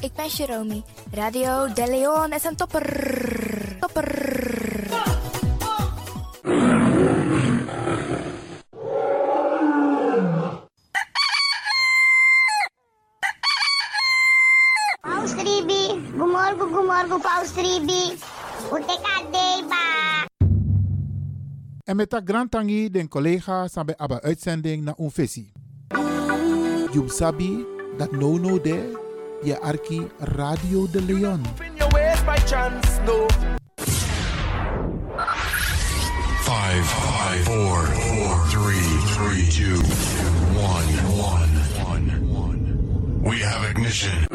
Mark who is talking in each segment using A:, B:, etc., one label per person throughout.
A: ik ben Jerome. Radio De Leon is een topper. Topper.
B: Paus Ribi, gumorgo, Paus Ribi.
C: En met dat grantangi den collega sabe aba uitzending na unfesi. Jum sabi dat no de je arki Radio De Leon.
D: 5, 4, 3, 2, 1. We have ignition.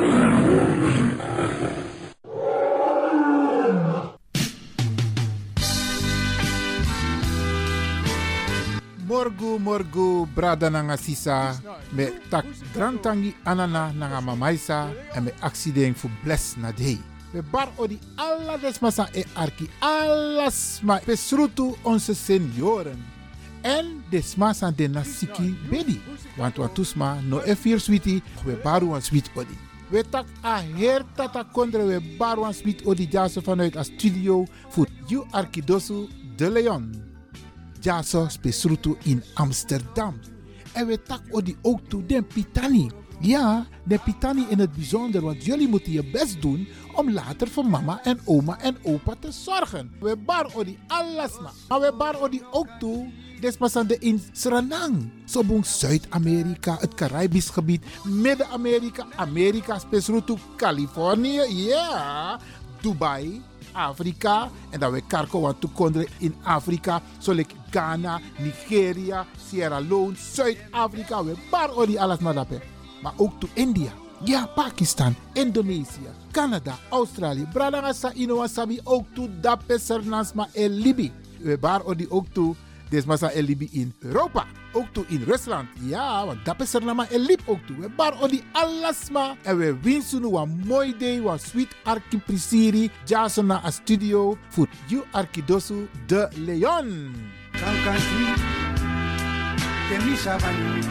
C: Morgu, brada nanga sisa. Me tak grantangi anana nanga mamaisa. En me accident fu bless na dei. We bar odi alla desmasa e arki. Alles ma besrutu onze senioren. En desmasa de nasiki bedi. Want watusma no e fir switi. We baru an swit odi. We tak a her tata kondre we baru an swit odi jaso vanuit a studio. Voor you Arkidosu De Leon. Jaso spesrutu in Amsterdam. En we tak odi ook toe den pitani. Ja, de pitani in het bijzonder, want jullie moeten je best doen om later voor mama en oma en opa te zorgen. We bar odi alasma. Maar we bar odi ook toe desmasande in Suriname. Sobong Zuid-Amerika, het Caribisch gebied, Midden-Amerika, Amerika spesrutu, Californië, ja, Dubai, Afrika. En dan we karko want toekonderen in Afrika, zoals Ghana, Nigeria, Sierra Leone, Zuid-Afrika. We bar odi alasma dape. Maar ook toe India, ja, Pakistan, Indonesië, Canada, Australië. Bradangasa Inowasabi ook toe dape Sernasma en Libi. We bar odi ook toe desmasa en Libi in Europa. Ook toe in Rusland. Ja, want dape Sernama en Lib ook toe. We bar odi alasma. En we winsten een mooi day, een sweet arki prisiri. Jason na a studio voor you Arkidosu De Leon.
E: Kankantri, temisa vanimiti.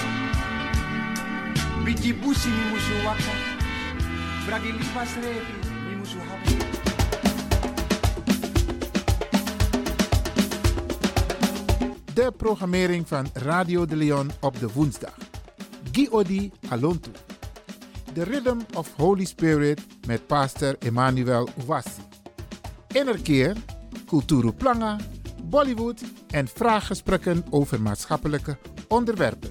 E: Biji busi mi musu waka. Bragi lipas revi mi musu hapu.
C: De programmering van Radio De Leon op de woensdag. Giodi Alontu. The Rhythm of Holy Spirit met pastor Emmanuel Ouassi. Innerkeer, Kulturu Planga, Bollywood en vraaggesprekken over maatschappelijke onderwerpen.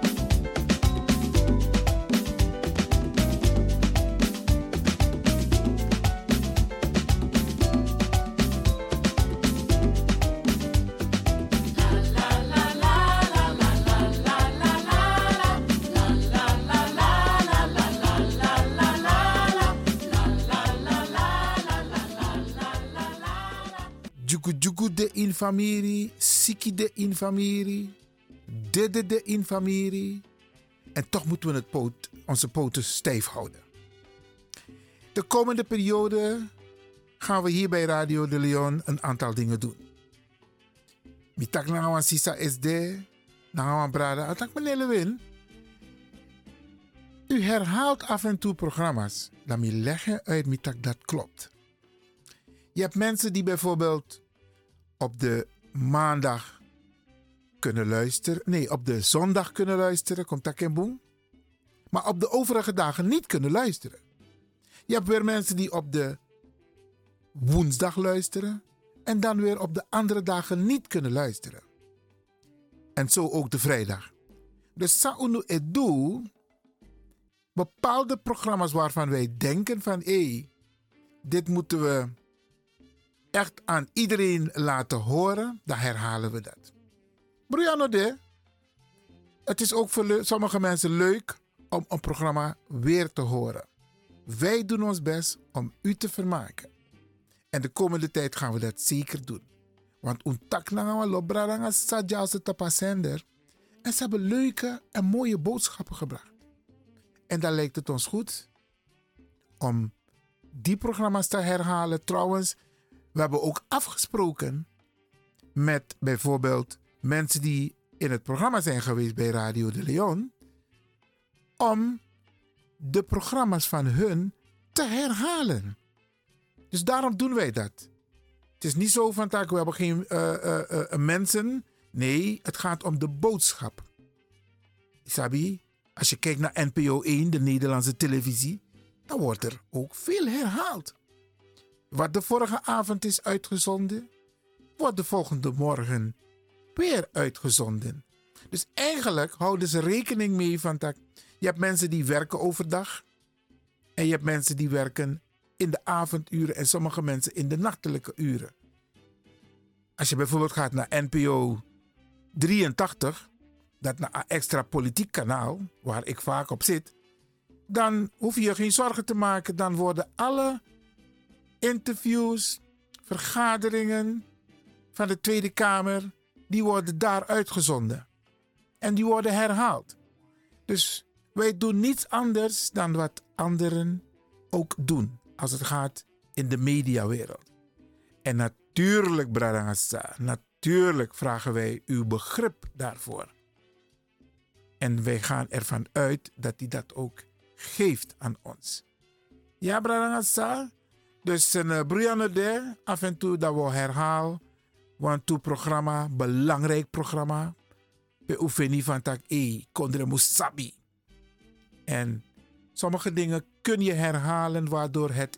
C: Jugu de infamirie, Siki de infamirie, Dede de infamirie. En toch moeten we onze poten stijf houden. De komende periode gaan we hier bij Radio De Leon een aantal dingen doen. Mitak na wan sisa SD, na wan brada, atak meneer Win. U herhaalt af en toe programma's. Dan me leggen uit mitak dat klopt. Je hebt mensen die bijvoorbeeld op de maandag kunnen luisteren. Nee, op de zondag kunnen luisteren. Komt dat geen boem? Maar op de overige dagen niet kunnen luisteren. Je hebt weer mensen die op de woensdag luisteren. En dan weer op de andere dagen niet kunnen luisteren. En zo ook de vrijdag. Dus Saunu Edu, bepaalde programma's waarvan wij denken van dit moeten we echt aan iedereen laten horen, dan herhalen we dat. Brianna de, het is ook voor sommige mensen leuk om een programma weer te horen. Wij doen ons best om u te vermaken. En de komende tijd gaan we dat zeker doen. Want untak nanga lobraranga sadja se tapasender. En ze hebben leuke en mooie boodschappen gebracht. En dan lijkt het ons goed om die programma's te herhalen. Trouwens, we hebben ook afgesproken met bijvoorbeeld mensen die in het programma zijn geweest bij Radio De Leon, om de programma's van hun te herhalen. Dus daarom doen wij dat. Het is niet zo van dat we hebben geen mensen. Nee, het gaat om de boodschap. Sabi, als je kijkt naar NPO 1, de Nederlandse televisie, dan wordt er ook veel herhaald. Wat de vorige avond is uitgezonden, wordt de volgende morgen weer uitgezonden. Dus eigenlijk houden ze rekening mee van dat je hebt mensen die werken overdag en je hebt mensen die werken in de avonduren en sommige mensen in de nachtelijke uren. Als je bijvoorbeeld gaat naar NPO 83, dat naar een extra politiek kanaal, waar ik vaak op zit, dan hoef je geen zorgen te maken. Dan worden alle interviews, vergaderingen van de Tweede Kamer, die worden daar uitgezonden. En die worden herhaald. Dus wij doen niets anders dan wat anderen ook doen, als het gaat in de mediawereld. En natuurlijk, Bradangasa, natuurlijk vragen wij uw begrip daarvoor. En wij gaan ervan uit dat hij dat ook geeft aan ons. Ja, Bradangasa? Dus een broeiende af en toe dat we herhalen. Want het programma, belangrijk programma. We hoeven niet van tak, kondre musabi. En sommige dingen kun je herhalen waardoor het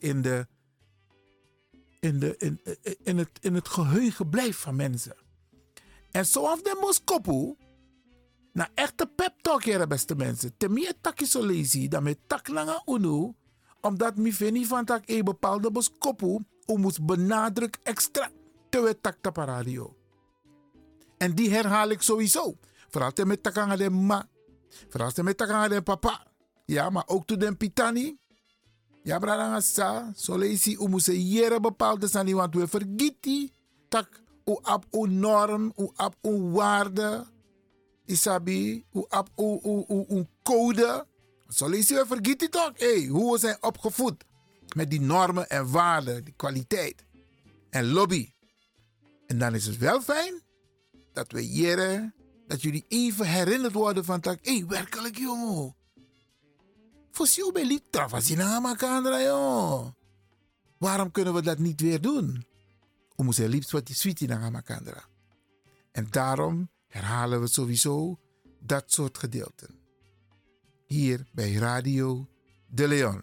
C: in het geheugen blijft van mensen. En zoals de moskopu, na echte pep talk hier, beste mensen. Te meer takje zo lazy, dan met tak langa unu, omdat mi vind niet van tak een bepaalde moskopu, moest benadruk extra te we tak tapa radio. En die herhaal ik sowieso. Vooral te met takanga de ma, vooral te met takanga de papa. Ja, maar ook to den pitani. Ja, bradanga sa, so lazy, moest jere bepaalde sani, want we vergeten tak u op uw norm, u op uw waarde. Isabi, op uw code. Zo lezen we vergeten toch? Hoe we zijn opgevoed met die normen en waarden, die kwaliteit en lobby. En dan is het wel fijn dat we jaren, dat jullie even herinnerd worden van dat, werkelijk jongen. Voor jou ben ik travasina makandra joh. Waarom kunnen we dat niet weer doen? We moeten liefst wat die sweetie na makandra. En daarom herhalen we sowieso dat soort gedeelten. Hier bij Radio De Leon.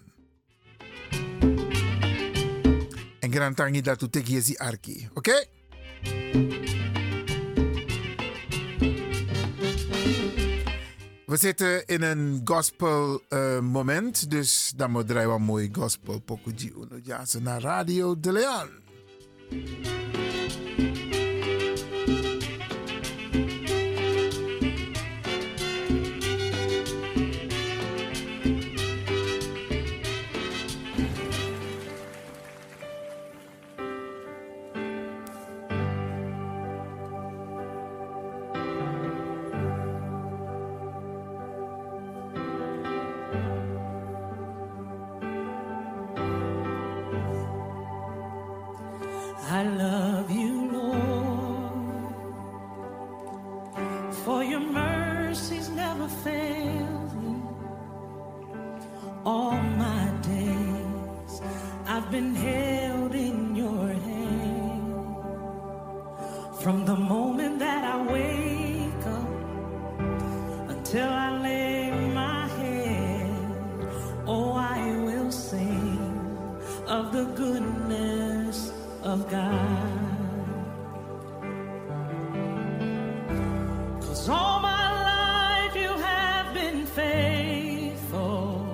C: En grantangi dat u tek jezi arki, oké? We zitten in een gospel moment, dus dan moet draaien we mooi gospel pokuji uno jazz naar Radio De Leon.
F: I love you, Lord, for your mercies never fail me. All my days I've been held in your hand. From the moment that I wake up until I lay my head, oh, I will sing of the goodness of God. 'Cause all my life you have been faithful,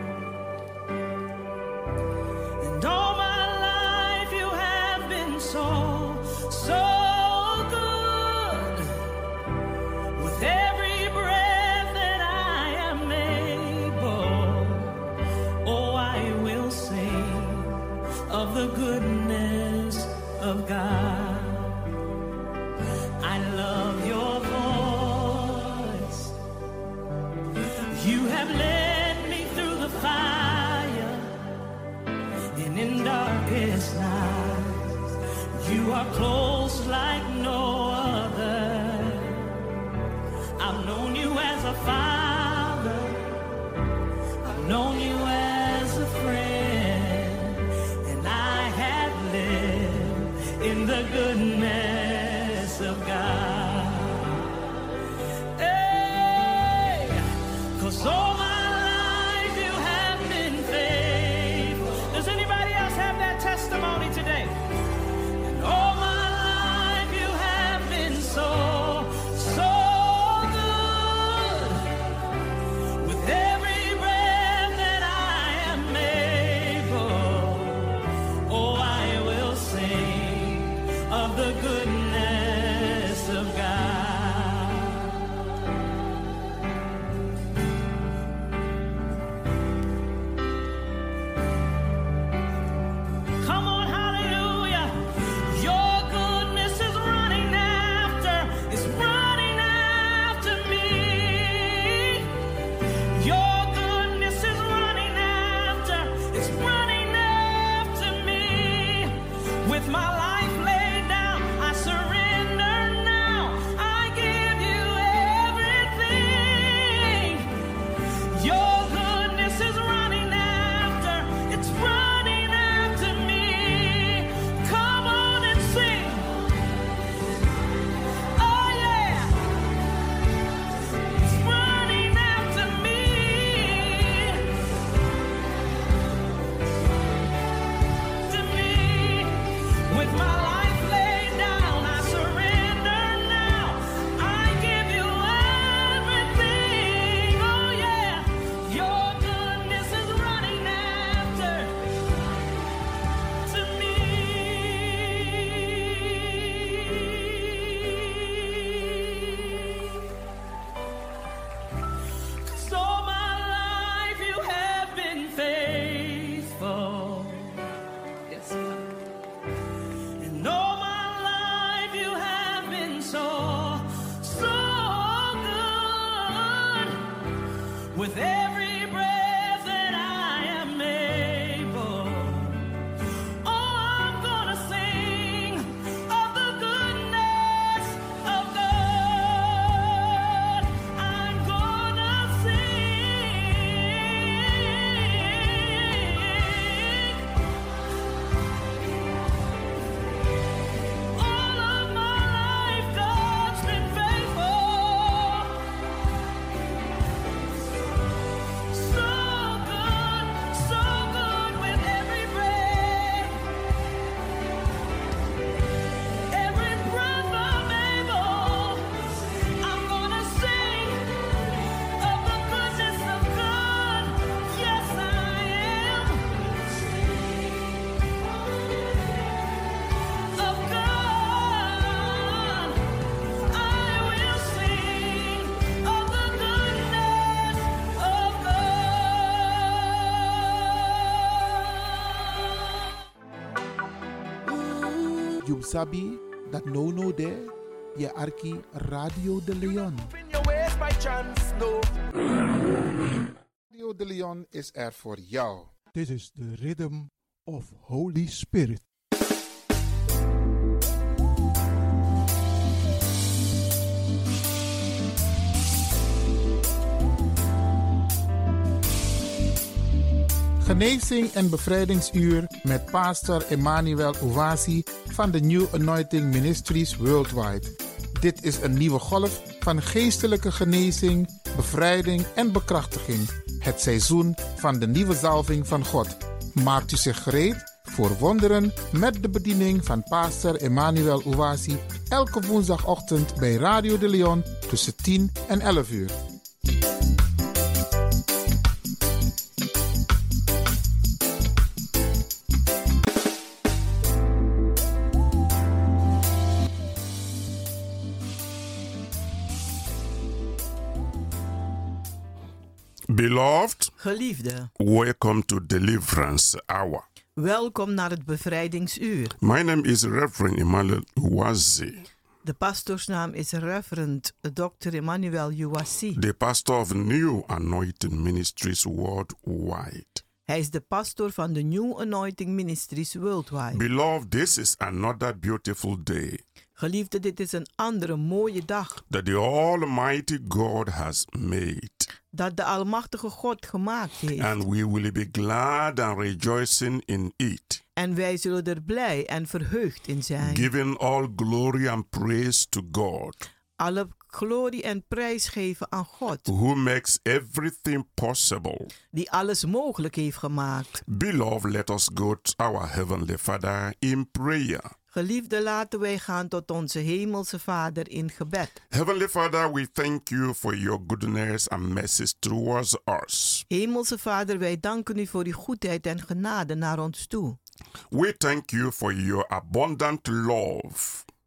F: and all my life you have been so, so good. With every breath that I am able, oh, I will sing of the goodness of God. I love your voice. You have led me through the fire, and in darkest nights you are close like no other. I've known you as a father, I've known you as a friend. the goodness of God. Come on, hallelujah. Your goodness is running after me. Your goodness is running after me. With my life laid down, I surrender now. I give you everything. Your goodness is running after me. Come on and sing. Oh yeah. It's running after me. To me. With my life laid down, I surrender now. I give you everything. Oh yeah. Your goodness is running after to me. 'Cause all my life you have been faithful. Yes, God. And all my life you have been so good. With every breath that I am able, oh, I'm gonna sing of the goodness of God. I'm gonna sing. All of my life, God's been faithful. So good with every breath. Every breath I'm able, I'm gonna sing of the goodness of God. Yes, I am. Of God, I will sing of the goodness of God.
C: You sabi dat no there, je arki Radio de Leon. Radio de Leon is er voor jou.
G: This is the rhythm of Holy Spirit.
C: Genezing en bevrijdingsuur met pastor Emmanuel Owasi van de New Anointing Ministries Worldwide. Dit is een nieuwe golf van geestelijke genezing, bevrijding en bekrachtiging. Het seizoen van de nieuwe zalving van God. Maakt u zich gereed voor wonderen met de bediening van pastor Emmanuel Owasi elke woensdagochtend bij Radio de Leon tussen 10 en 11 uur.
H: Beloved,
I: Geliefde,
H: welcome to Deliverance Hour.
I: welkom naar het bevrijdingsuur.
H: My name is Reverend Emmanuel Uwazi,
I: De pastoorsnaam is Reverend Dr. Emmanuel Uwasi.
H: the pastor of New Anointing Ministries Worldwide.
I: Hij is de pastor van de New Anointing Ministries Worldwide.
H: Beloved, this is another beautiful day
I: Geliefde, dit is een andere mooie dag
H: that the Almighty God has made.
I: dat de Almachtige God gemaakt heeft.
H: And we will be glad and rejoicing in it.
I: En wij zullen er blij en verheugd in zijn.
H: Giving all glory and praise to God,
I: Alle glorie en prijs geven aan God,
H: who makes everything possible.
I: die alles mogelijk heeft gemaakt.
H: Beloved, let us go to our Heavenly Father in prayer.
I: Geliefde, laten wij gaan tot onze hemelse Vader in gebed.
H: Heavenly Father, we thank you for your goodness and mercy towards us.
I: Hemelse Vader, wij danken u voor uw goedheid en genade naar ons toe.
H: We thank you for your abundant love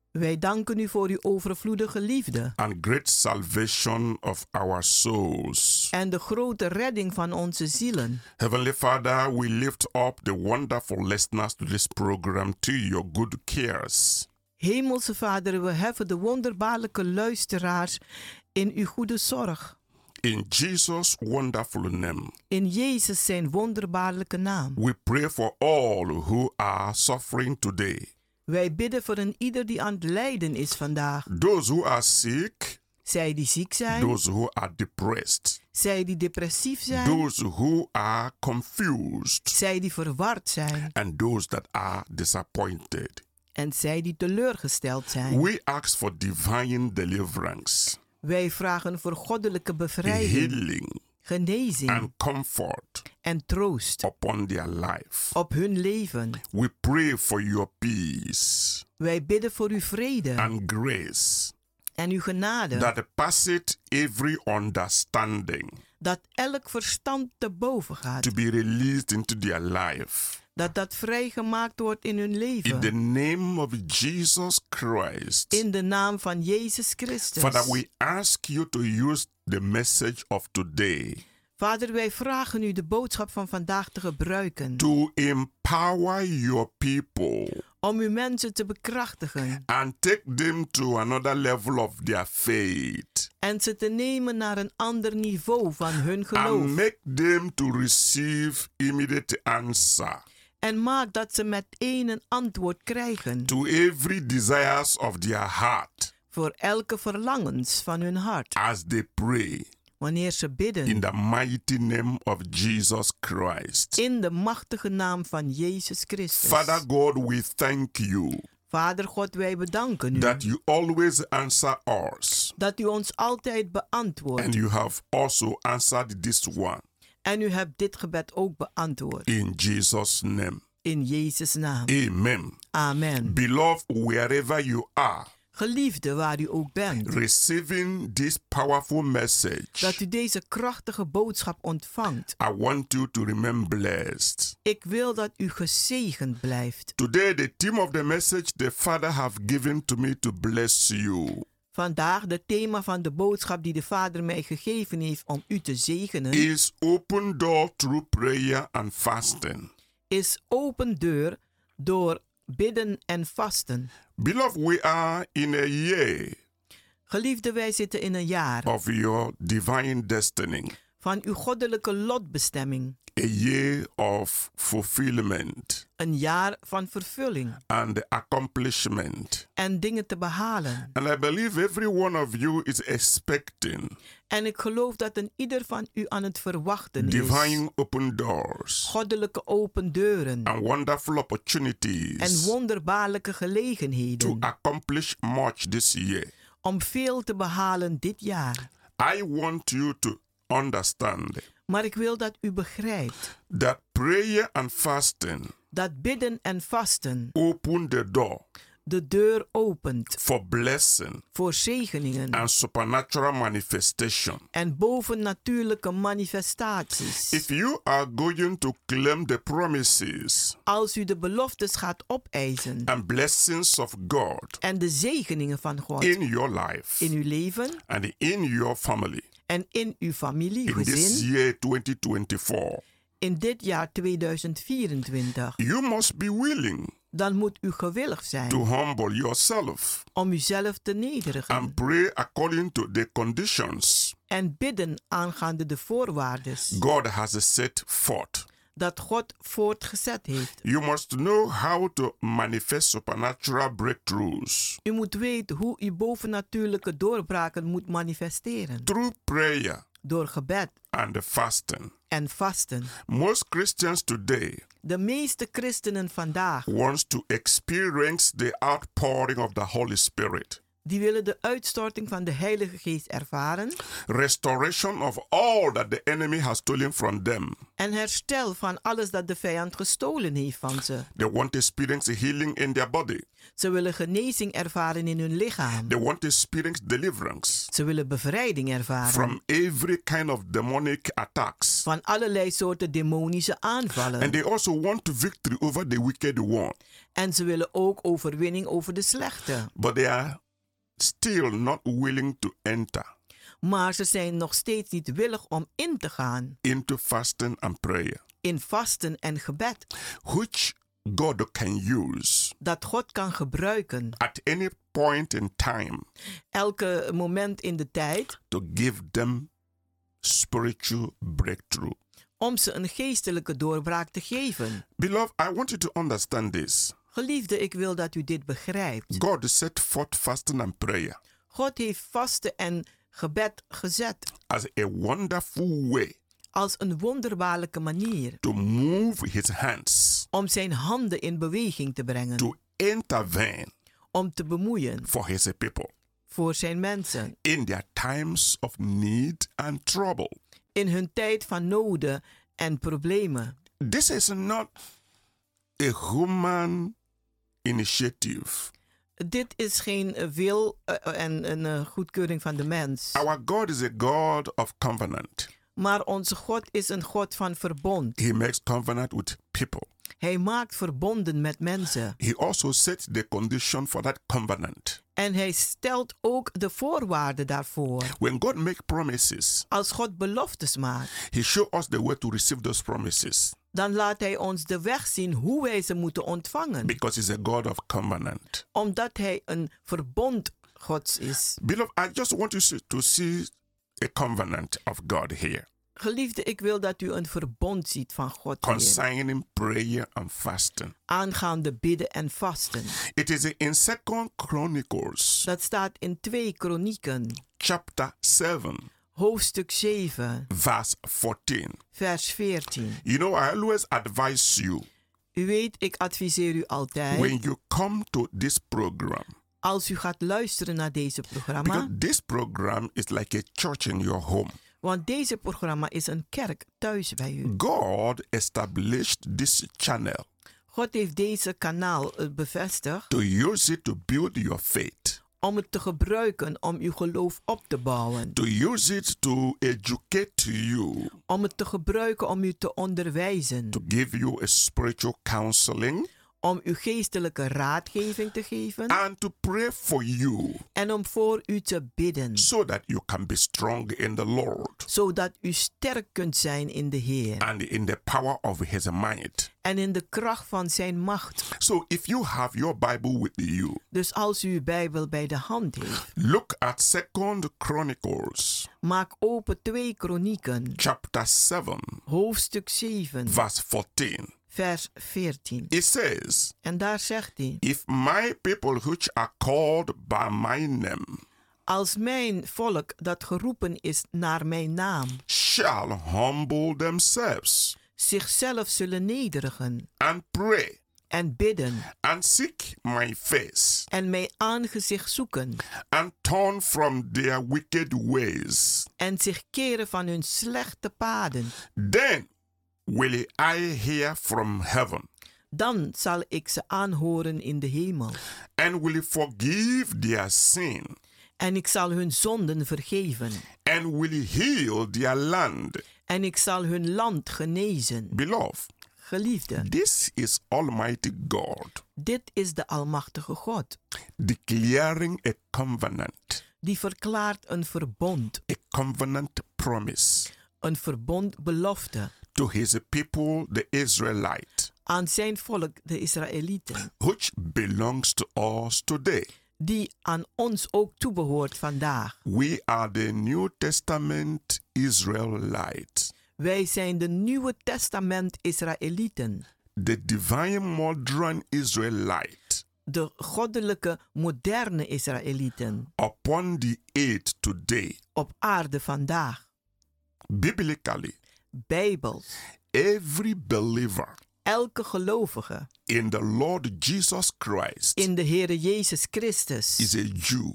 I: Wij danken u voor uw overvloedige liefde.
H: and great salvation of our souls.
I: En de grote redding van onze zielen.
H: Heavenly Father, we lift up the wonderful listeners to this program to your good cares.
I: Hemelse Vader, we heffen de wonderbaarlijke luisteraars in uw goede zorg.
H: In Jesus' wonderful name,
I: In Jezus zijn wonderbaarlijke naam.
H: we pray for all who are suffering today.
I: Wij bidden voor een ieder die aan het lijden is vandaag.
H: Those who are sick,
I: Zij die ziek zijn,
H: those who are depressed,
I: zij die depressief zijn,
H: those who are confused,
I: zij die verward zijn
H: and those that are disappointed.
I: en zij die teleurgesteld zijn.
H: We ask for divine deliverance,
I: Wij vragen voor goddelijke bevrijding,
H: healing,
I: genezing
H: and comfort
I: en troost
H: upon their life.
I: op hun leven.
H: We pray for your peace
I: Wij bidden voor uw vrede
H: and grace
I: en uw genade,
H: that passeth every understanding
I: dat elk verstand te boven gaat,
H: to be released into their life.
I: dat vrijgemaakt wordt in hun
H: In the
I: leven.
H: name of Jesus Christ.
I: In de naam van Jezus Christus.
H: Father, we ask you to use the message of today
I: Vader, wij vragen u de boodschap van vandaag te gebruiken.
H: to empower your people
I: Om uw mensen te bekrachtigen.
H: and take them to another level of their faith
I: En ze te nemen naar een ander niveau van hun
H: and
I: geloof.
H: make them to receive immediate answer
I: En maak dat ze meteen een antwoord krijgen.
H: to every desires of their heart
I: Voor elke verlangens van hun hart.
H: as they pray
I: Wanneer ze bidden.
H: in the mighty name of Jesus Christ.
I: In de machtige naam van Jezus Christus.
H: Father God, we thank you
I: Vader God, wij bedanken u.
H: that you always answer us,
I: Dat u ons altijd beantwoordt.
H: and you have also answered this one.
I: En u hebt dit gebed ook beantwoord.
H: In Jesus' name.
I: In Jezus' naam.
H: Amen.
I: Amen.
H: Beloved, wherever you are,
I: Geliefde, waar u ook bent.
H: receiving this powerful message,
I: Dat u deze krachtige boodschap ontvangt.
H: I want you to remain blessed.
I: Ik wil dat u gezegend blijft.
H: Today, the theme of the message the Father have given to me to bless you
I: Vandaag de thema van de boodschap die de Vader mij gegeven heeft om u te zegenen
H: is open door through prayer and fasting.
I: is open deur door bidden en vasten.
H: Beloved, we are in a year
I: Geliefde, wij zitten in een jaar
H: of your divine destiny,
I: van uw goddelijke lotbestemming.
H: a year of fulfillment
I: Een jaar van vervulling
H: and accomplishment.
I: en dingen te behalen.
H: And I believe every one of you is expecting
I: En ik geloof dat een ieder van u aan het verwachten is.
H: divine open doors
I: Goddelijke open deuren
H: and wonderful opportunities
I: en wonderbaarlijke
H: to
I: gelegenheden
H: accomplish much this year.
I: om veel te behalen dit jaar.
H: I want you to understand
I: Maar ik wil dat u begrijpt
H: that prayer and fasting
I: dat bidden en vasten
H: open the door
I: de deur opent
H: for blessing
I: voor zegeningen
H: and supernatural manifestation.
I: en bovennatuurlijke manifestaties.
H: If you are going to claim the promises
I: Als u de beloftes gaat opeisen
H: and blessings of God
I: en de zegeningen van God
H: in your life
I: in uw leven
H: and in your family
I: en in uw familie,
H: in this
I: gezin,
H: year 2024,
I: in dit jaar 2024,
H: you must be willing
I: dan moet u gewillig zijn
H: to humble yourself
I: om uzelf te
H: and
I: nederigen
H: pray according to the conditions
I: en bidden aangaande de voorwaarden
H: God has set forth.
I: dat God voortgezet heeft.
H: You must know how to manifest supernatural breakthroughs
I: U moet weten hoe u bovennatuurlijke doorbraken moet manifesteren.
H: through prayer
I: Door gebed
H: and fasting.
I: en vasten.
H: Most Christians today
I: De meeste christenen vandaag
H: wants to experience the outpouring of the Holy Spirit.
I: Die willen de uitstorting van de Heilige Geest ervaren.
H: Restoration of all that the enemy has stolen from them.
I: En herstel van alles dat de vijand gestolen heeft van ze.
H: They want to experience healing in their body.
I: Ze willen genezing ervaren in hun lichaam.
H: They want to experience deliverance.
I: Ze willen bevrijding ervaren.
H: From every kind of demonic attacks.
I: Van allerlei soorten demonische aanvallen.
H: And they also want victory over the wicked one.
I: En ze willen ook overwinning over de slechte.
H: But they are still not willing to enter.
I: Maar ze zijn nog steeds niet willig om in te gaan.
H: Into fasting and prayer.
I: In vasten en gebed.
H: Which God can use.
I: Dat God kan gebruiken.
H: At any point in time.
I: Elke moment in de tijd.
H: To give them spiritual breakthrough.
I: Om ze een geestelijke doorbraak te geven.
H: Beloved, I want you to understand this.
I: Geliefde, ik wil dat u dit begrijpt.
H: God set forth fasting and prayer.
I: God heeft vasten en gebed gezet.
H: As a wonderful way.
I: Als een wonderbaarlijke manier.
H: To move his hands.
I: Om zijn handen in beweging te brengen.
H: To intervene.
I: Om te bemoeien.
H: For his people.
I: Voor zijn mensen.
H: In their times of need and trouble.
I: In hun tijd van noden en problemen.
H: This is not a human initiative.
I: Dit is geen wil en een goedkeuring van de mens.
H: Our God is a God of covenant.
I: Maar onze God is een God van verbond.
H: He makes covenant with people.
I: Hij maakt verbonden met mensen.
H: He also sets the condition for that covenant.
I: En hij stelt ook de voorwaarden daarvoor.
H: When God makes promises,
I: als God beloftes maakt,
H: he shows us the way to receive those promises.
I: Dan laat hij ons de weg zien hoe wij ze moeten ontvangen.
H: Because he's a God of covenant.
I: Omdat hij een verbond Gods is.
H: Beloved, I just want you to see a covenant of God here.
I: Geliefde, ik wil dat u een verbond ziet van God hier.
H: Concerning prayer and fasting.
I: Aangaande bidden en vasten.
H: It is in 2 Chronicles.
I: Dat staat in 2 Kronieken.
H: Chapter 7.
I: Hoofdstuk 7.
H: Verse 14.
I: Vers 14.
H: You know, I always advise you.
I: U weet, ik adviseer u altijd.
H: When you come to this program.
I: Als u gaat luisteren naar deze programma.
H: Because this program is like a church in your home.
I: Want deze programma is een kerk thuis bij u.
H: God established this channel.
I: God heeft deze kanaal bevestigd.
H: To use it to build your faith.
I: Om het te gebruiken om uw geloof op te bouwen.
H: To use it to educate you.
I: Om het te gebruiken om u te onderwijzen.
H: To give you a spiritual counseling.
I: Om u geestelijke raadgeving te geven.
H: And to pray for you.
I: En om voor u te bidden.
H: So that you can be strong in the Lord.
I: Zodat u sterk kunt zijn in de Heer.
H: And in the power of his might.
I: En in de kracht van zijn macht.
H: So if you have your Bible with you.
I: Dus als u uw Bijbel bij de hand heeft.
H: Look at 2 Chronicles.
I: Maak open 2 Kronieken.
H: Chapter 7.
I: Hoofdstuk 7.
H: Verse 14.
I: Vers 14.
H: It says,
I: en daar zegt hij.
H: If my people which are called by my name.
I: Als mijn volk dat geroepen is naar mijn naam.
H: Shall humble themselves.
I: Zichzelf zullen nederigen.
H: And pray.
I: En bidden.
H: And seek my face.
I: En mijn aangezicht zoeken.
H: And turn from their wicked ways.
I: En zich keren van hun slechte paden.
H: Then will I hear from heaven.
I: Dan zal ik ze aanhoren in de hemel.
H: And will forgive their sin.
I: En ik zal hun zonden vergeven.
H: And will heal their land.
I: En ik zal hun land genezen.
H: Beloved.
I: Geliefde.
H: This is Almighty God.
I: Dit is de Almachtige God.
H: Declaring a covenant.
I: Die verklaart een verbond.
H: A covenant promise.
I: Een verbond belofte.
H: To his people, the Israelites.
I: Aan zijn volk, de Israëlieten.
H: Which belongs to us today.
I: Die aan ons ook toebehoort vandaag.
H: We are the New Testament Israelites.
I: Wij zijn de Nieuwe Testament Israëlieten.
H: The divine modern Israelite.
I: De goddelijke moderne Israëlieten.
H: Upon the earth today.
I: Op aarde vandaag.
H: Biblically.
I: Bijbels.
H: Every believer.
I: Elke gelovige.
H: In the Lord Jesus Christ.
I: In de Heere Jezus Christus.
H: Is a Jew.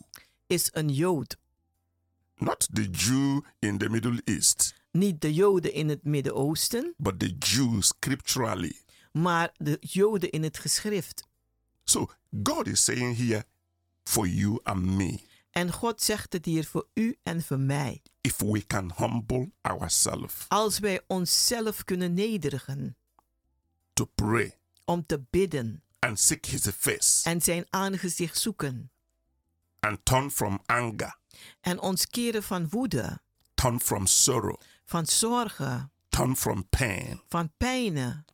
I: is een Jood.
H: Not the Jew in the Middle East,
I: Niet de Joden in het Midden-Oosten,
H: but the Jew scripturally.
I: maar de Joden in het geschrift.
H: So God is saying here, for you and me,
I: En God zegt het hier voor u en voor mij.
H: if we can humble ourselves
I: Als wij onszelf kunnen nederigen
H: to pray
I: om te bidden
H: and seek his face
I: en zijn aangezicht zoeken
H: and turn from anger,
I: en ons keren van woede,
H: turn from sorrow,
I: van zorgen,
H: turn from pain,
I: van pijnen,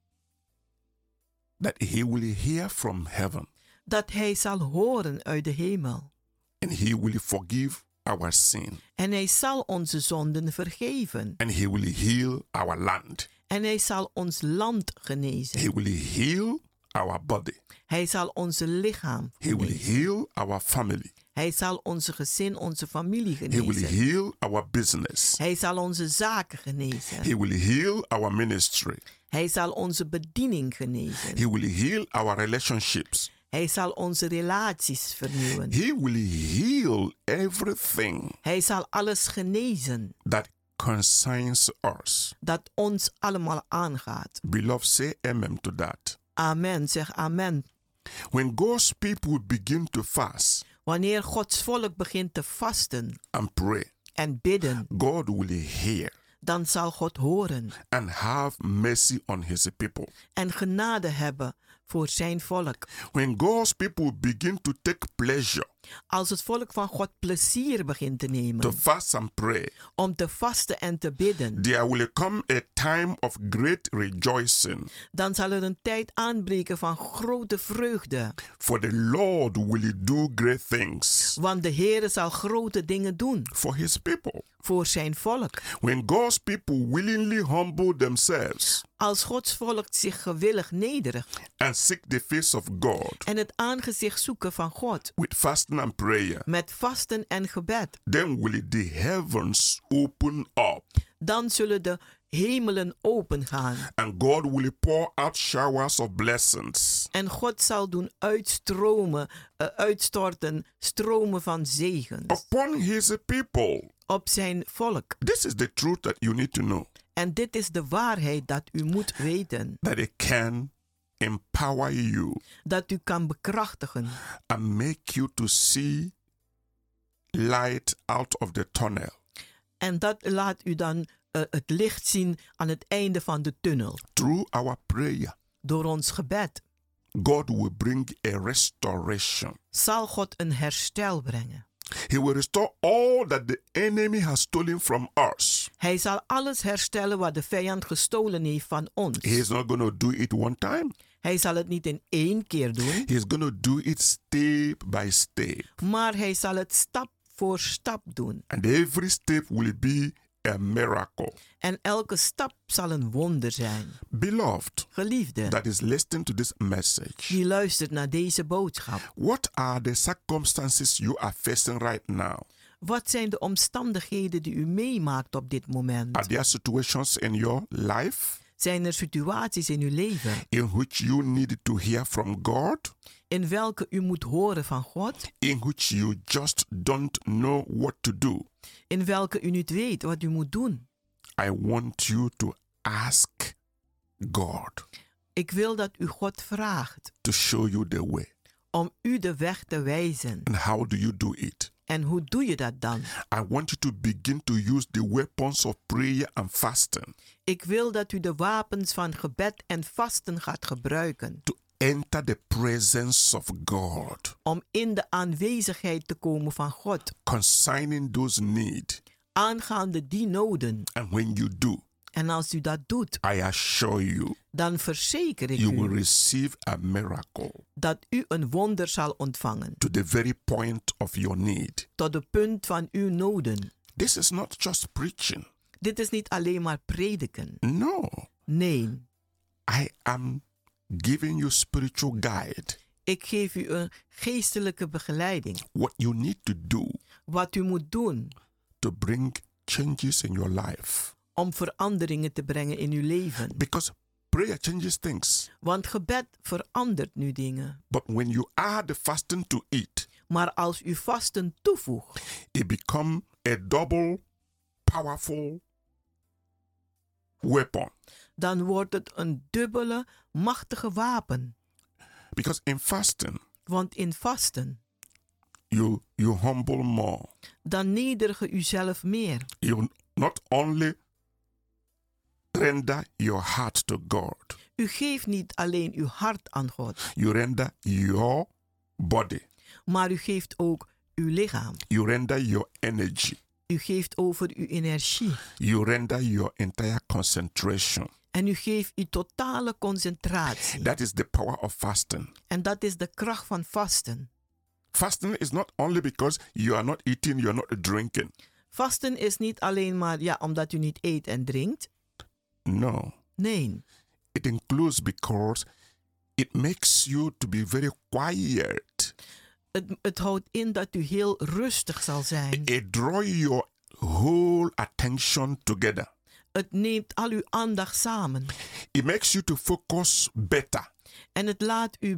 H: that he will hear from heaven
I: dat hij zal horen uit de hemel.
H: and he will forgive our sin
I: En hij zal onze zonden vergeven.
H: and he will heal our land.
I: En hij zal ons land genezen.
H: He will heal our body.
I: Hij zal onze lichaam
H: He will
I: genezen.
H: heal our family.
I: Hij zal onze gezin, onze familie
H: He will
I: genezen.
H: heal our business.
I: Hij zal onze zaken genezen.
H: He will heal our ministry.
I: Hij zal onze bediening genezen.
H: He will heal our relationships.
I: Hij zal onze relaties vernieuwen.
H: He will heal everything
I: Hij zal alles genezen
H: that concerns us.
I: dat ons allemaal aangaat.
H: Beloved, say amen to that.
I: Amen, zeg amen.
H: When God's people begin to fast
I: Wanneer Gods volk begint te vasten
H: and pray,
I: en bidden,
H: God will hear
I: dan zal God horen
H: and have mercy on his people.
I: en genade hebben voor zijn volk.
H: When God's people begin to take pleasure
I: Als het volk van God plezier begint te
H: to
I: nemen
H: fast and pray,
I: om te vasten en te bidden,
H: there will come a time of great rejoicing.
I: dan zal er een tijd aanbreken van grote vreugde.
H: For the Lord will do great things
I: Want de Heere zal grote dingen doen
H: for his people.
I: voor zijn volk.
H: When God's people willingly humble themselves
I: Als Gods volk zich gewillig nederigt
H: and seek the face of God
I: en het aangezicht zoeken van God
H: with fasting and prayer,
I: met vasten en gebed,
H: then will the heavens open up
I: dan zullen de hemelen opengaan.
H: and God will pour out showers of blessings.
I: En God zal doen uitstorten stromen van zegens
H: Upon his people.
I: op zijn volk.
H: This is the truth that you need to know.
I: En dit is de waarheid dat u moet weten.
H: That it can empower you
I: Dat u kan bekrachtigen
H: and make you to see light out of the tunnel.
I: en dat laat u dan het licht zien aan het einde van de tunnel.
H: Through our prayer,
I: Door ons gebed
H: God will bring a restoration.
I: zal God een herstel brengen.
H: He will restore all that the enemy has stolen from us.
I: Hij zal alles herstellen wat de vijand gestolen heeft van ons.
H: He is not going to do it one time.
I: Hij zal het niet in één keer doen,
H: He is going to do it step by step.
I: maar hij zal het stap voor stap doen.
H: And every step will be a miracle.
I: En elke stap zal een wonder zijn.
H: Beloved,
I: Geliefde,
H: that is listening to this message.
I: die luistert naar deze boodschap.
H: What are the circumstances you are facing right now?
I: Wat zijn de omstandigheden die u meemaakt op dit moment?
H: Are there situations in your life
I: Zijn er situaties in uw leven
H: in which you need to hear from God?
I: in welke u moet horen van God?
H: In which you just don't know what to do?
I: In welke u niet weet wat u moet doen?
H: I want you to ask God
I: Ik wil dat u God vraagt
H: to show you the way.
I: om u de weg te wijzen.
H: And how do you do it?
I: En hoe doe je dat dan?
H: I want you to begin to use the weapons of prayer and fasting
I: Ik wil dat u de wapens van gebed en vasten gaat gebruiken
H: to enter the presence of God
I: om in de aanwezigheid te komen van God,
H: concerning those needs.
I: aangaande die noden.
H: And when you do,
I: En als u dat doet,
H: I assure you,
I: dan verzeker ik
H: you will
I: u
H: receive a miracle
I: dat u een wonder zal ontvangen
H: to the very point of your need.
I: tot de punt van uw noden.
H: This is not just preaching.
I: Dit is niet alleen maar prediken.
H: No,
I: Nee,
H: I am giving you spiritual guide.
I: ik geef u een geestelijke begeleiding.
H: What you need to do
I: Wat u moet doen
H: to bring changes in your life.
I: om veranderingen te brengen in uw leven.
H: Because prayer changes things.
I: Want gebed verandert nu dingen.
H: But when you add the fasting to it,
I: Maar als u vasten toevoegt,
H: it becomes a double powerful weapon.
I: dan wordt het een dubbele, machtige wapen.
H: Because in fasting,
I: Want in vasten,
H: you humble more.
I: dan neder je uzelf meer.
H: You not only render your heart to God,
I: U geeft niet alleen uw hart aan God,
H: you render your body,
I: maar u geeft ook uw lichaam.
H: you render your energy,
I: U geeft over uw energie.
H: you render your entire concentration.
I: En u geeft uw totale concentratie.
H: That is the power of fasting.
I: En dat is de kracht van vasten.
H: Fasting is not only because you are not eating, you are not drinking.
I: Vasten is niet alleen maar omdat u niet eet en drinkt.
H: No.
I: Nee.
H: It includes because it makes you to be very quiet.
I: Het houdt in dat u heel rustig zal zijn.
H: It draws your whole attention together.
I: Het neemt al uw aandacht samen.
H: It makes you to focus better.
I: En het laat u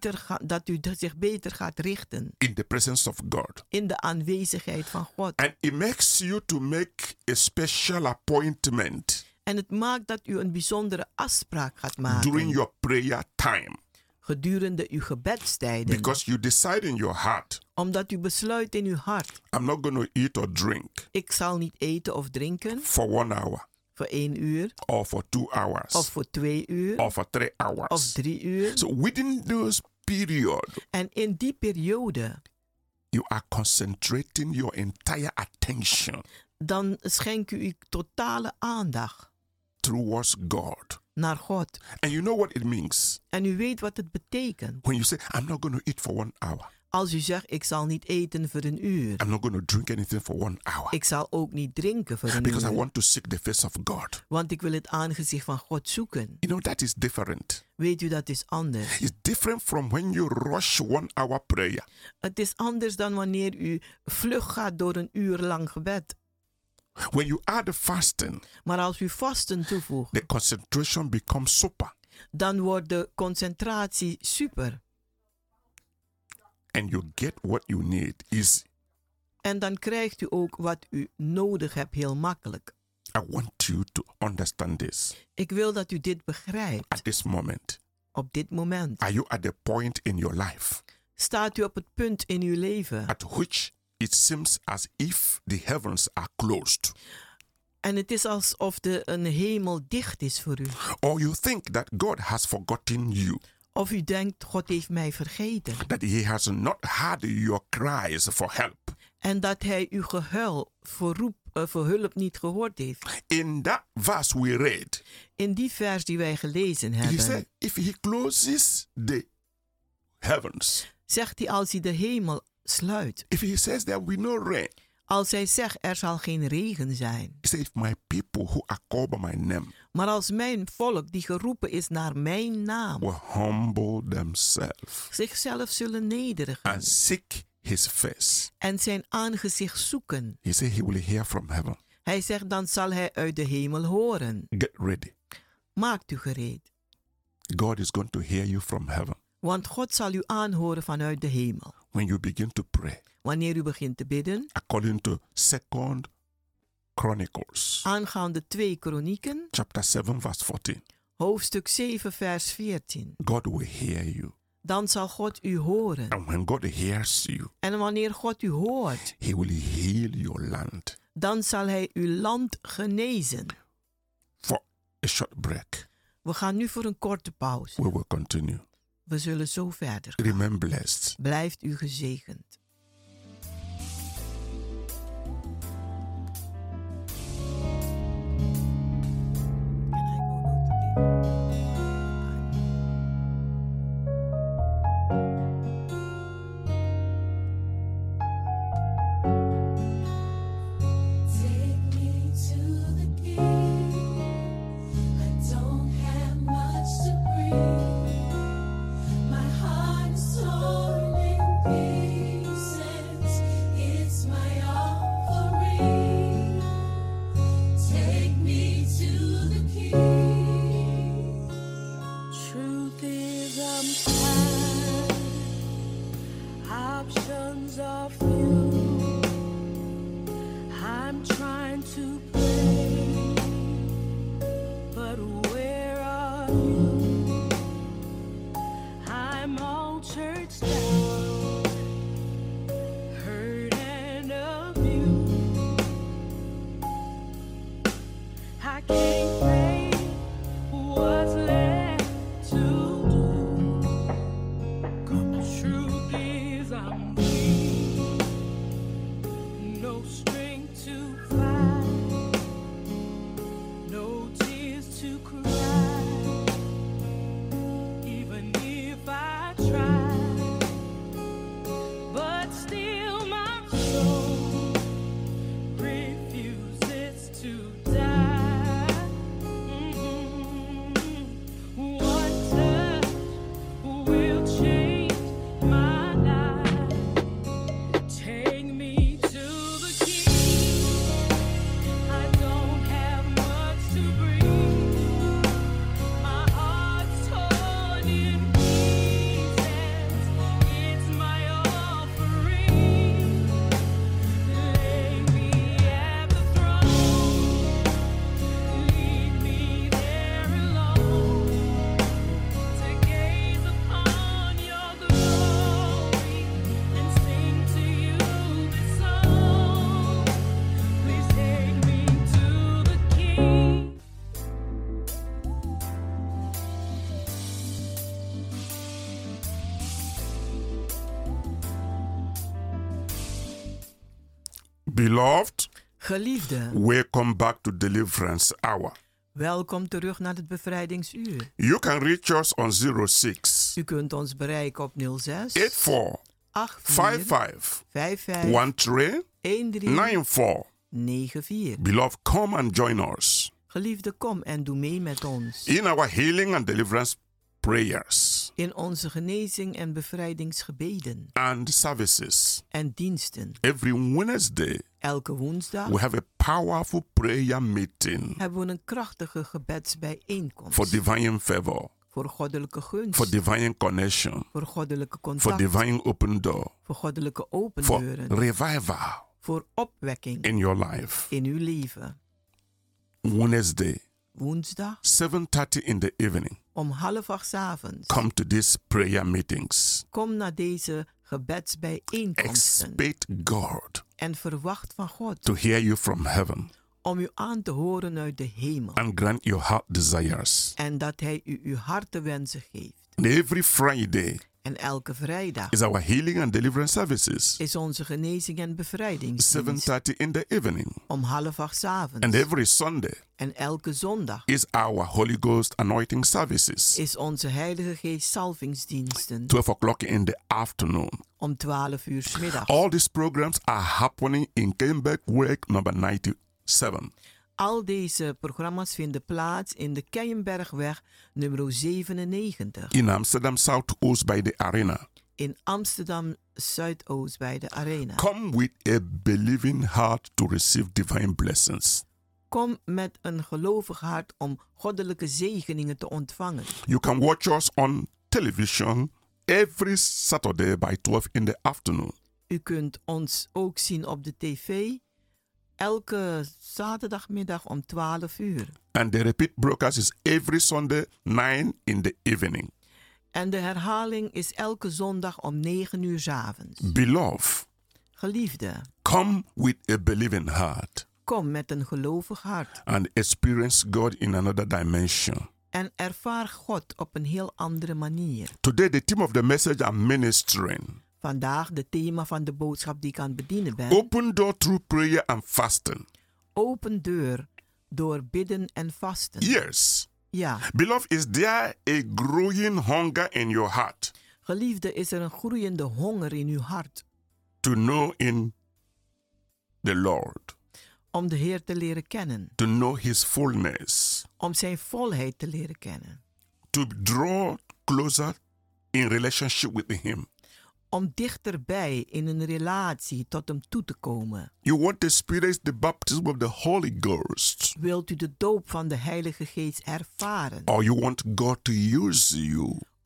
I: dat u zich beter gaat richten.
H: In the presence of God.
I: In de aanwezigheid van God.
H: And it makes you to make a special appointment.
I: En het maakt dat u een bijzondere afspraak gaat maken.
H: During your prayer time.
I: Gedurende uw gebedstijden.
H: Because you decide in your heart.
I: Omdat u besluit in uw hart.
H: I'm not going to eat or drink.
I: Ik zal niet eten of drinken.
H: For 1 hour.
I: Voor 1 uur.
H: Or for 2 hours.
I: Of voor 2 uur.
H: Or for 3 hours.
I: Of 3 uur.
H: So within those period.
I: En in die periode.
H: You are concentrating your entire attention.
I: Dan schenk u uw totale aandacht.
H: Towards God.
I: Naar God.
H: And you know what it means.
I: En u weet wat het betekent.
H: When you say, I'm not going to eat for 1 hour.
I: Als u zegt, ik zal niet eten voor 1 uur.
H: I'm not going to drink anything for 1 hour.
I: Ik zal ook niet drinken voor 1 uur.
H: Because I want to seek the face of God.
I: Want ik wil het aangezicht van God zoeken.
H: You know, that is different.
I: Weet u, dat is anders.
H: It's different from when you rush 1 hour prayer.
I: Het is anders dan wanneer u vlug gaat door 1 uur lang gebed.
H: When you add the fasting,
I: maar als u vasten toevoegt,
H: the concentration becomes super.
I: Dan wordt de concentratie super.
H: And you get what you need easy.
I: En dan krijgt u ook wat u nodig hebt heel makkelijk.
H: I want you to understand this.
I: Ik wil dat u dit begrijpt.
H: At this moment.
I: Op dit moment.
H: Are you at the point in your life?
I: Staat u op het punt in uw leven.
H: At which it seems as if the heavens are closed.
I: En het is alsof een hemel dicht is voor u.
H: Or you think that God has forgotten you.
I: Of u denkt, God heeft mij vergeten.
H: That he has not heard your cries for help.
I: En dat hij uw gehuil voor hulp niet gehoord heeft.
H: In that verse we read.
I: In die vers die wij gelezen hebben.
H: He said, if he closes the heavens.
I: Zegt hij als hij de hemel sluit.
H: If he says there will be no rain.
I: Als hij zegt er zal geen regen zijn.
H: He said, if my people who are called by my name.
I: Maar als mijn volk die geroepen is naar mijn naam.
H: Will humble themselves.
I: Zichzelf zullen nederigen.
H: And seek his face.
I: En zijn aangezicht zoeken.
H: He said he will hear from heaven.
I: Hij zegt dan zal hij uit de hemel horen.
H: Get ready.
I: Maakt u gereed.
H: God is going to hear you from heaven.
I: Want God zal u aanhoren vanuit de hemel.
H: When you begin to pray.
I: Wanneer u begint te bidden.
H: According to 2 Chronicles.
I: Aangaande 2 Kronieken.
H: Chapter 7 verse 14.
I: Hoofdstuk 7 vers 14.
H: God will hear you.
I: Dan zal God u horen.
H: And when God hears you.
I: En wanneer God u hoort.
H: He will heal your land.
I: Dan zal hij uw land genezen.
H: For a short break.
I: We gaan nu voor een korte pauze.
H: We will continue.
I: We zullen zo verder gaan.
H: Remain blessed.
I: Blijft u gezegend.
F: Options visions of you. I'm trying to pray, but where are you? I'm all churched out, hurt and abused. I can't pray what's left to do. Truth is I'm weak, no strength to fight, no tears to cry, even if I try, but still my soul refuses to die. What touch will change my life? Take me to the King. I don't have much to bring. My heart's torn in pieces. It's my offering. Lay me at the throne. Leave me there alone to gaze upon your glory and sing to you this song. Please take me to the King.
H: Beloved,
I: Geliefde,
H: welcome back to Deliverance Hour.
I: welkom terug naar het bevrijdingsuur.
H: You can reach us on 06
I: U kunt ons bereiken op 06
H: 84
I: 84
H: 55
I: 55
H: 13
I: 13
H: 94.
I: 94.
H: Beloved, come and join us
I: Geliefde, kom en doe mee met ons
H: in our healing and deliverance prayers
I: in onze genezing en bevrijdingsgebeden
H: and services.
I: en diensten.
H: Every Wednesday,
I: Elke woensdag
H: we have a powerful prayer meeting
I: hebben we een krachtige gebedsbijeenkomst
H: for divine favor,
I: voor goddelijke gunst,
H: for divine connection,
I: voor goddelijke
H: for
I: contact,
H: divine open door,
I: voor goddelijke open
H: for
I: deuren,
H: revival
I: voor opwekking
H: in your life.
I: in uw leven.
H: Wednesday,
I: Woensdag
H: 7:30 in the evening.
I: om 7:30 avonds.
H: Come to these prayer meetings.
I: Kom naar deze gebedsbijeenkomsten
H: Expect God
I: en verwacht van God
H: to hear you from heaven
I: om u aan te horen uit de hemel
H: and grant your heart desires.
I: en dat hij u uw hartewensen geeft.
H: And every Friday
I: En elke vrijdag
H: is our healing and deliverance services.
I: is onze genezing en bevrijdingsdienst
H: 7:30 in the evening.
I: om 7:30 avonds.
H: And every Sunday
I: En elke zondag
H: is our Holy Ghost anointing services.
I: is onze Heilige Geest salvingsdiensten
H: 12 o'clock in the afternoon.
I: om 12 uur 's middags.
H: All these programs are happening in Kenberg Work number 97.
I: Al deze programma's vinden plaats in de Keienbergweg nummer 97
H: in Amsterdam Southoost by the arena.
I: in Amsterdam Zuidoost bij de Arena.
H: Come with a believing heart to receive divine blessings.
I: Kom met een gelovig hart om goddelijke zegeningen te ontvangen.
H: You can watch us on television every Saturday by 12 in the afternoon.
I: U kunt ons ook zien op de tv elke zaterdagmiddag om 12 uur.
H: And the repeat broadcast is every Sunday 9 in the evening.
I: En de herhaling is elke zondag om 9 uur 's avonds.
H: Beloved,
I: Geliefde,
H: come with a believing heart
I: kom met een gelovig hart
H: and experience God in another dimension.
I: en ervaar God op een heel andere manier.
H: Today, the theme of the message I'm ministering:
I: Vandaag de thema van de boodschap die ik aan het bedienen ben.
H: open door through prayer and fasting.
I: Open deur door bidden en vasten.
H: Yes.
I: Ja,
H: Beloved, is there a growing hunger in your heart
I: geliefde, is er een groeiende honger in uw hart
H: to know in the Lord,
I: om de Heer te leren kennen,
H: to know His fullness,
I: om zijn volheid te leren kennen,
H: to draw closer in relationship with Him?
I: om dichterbij in een relatie tot hem toe te komen?
H: You want to experience the baptism of the Holy Ghost,
I: Wilt u de doop van de Heilige Geest ervaren?
H: or you want God to use you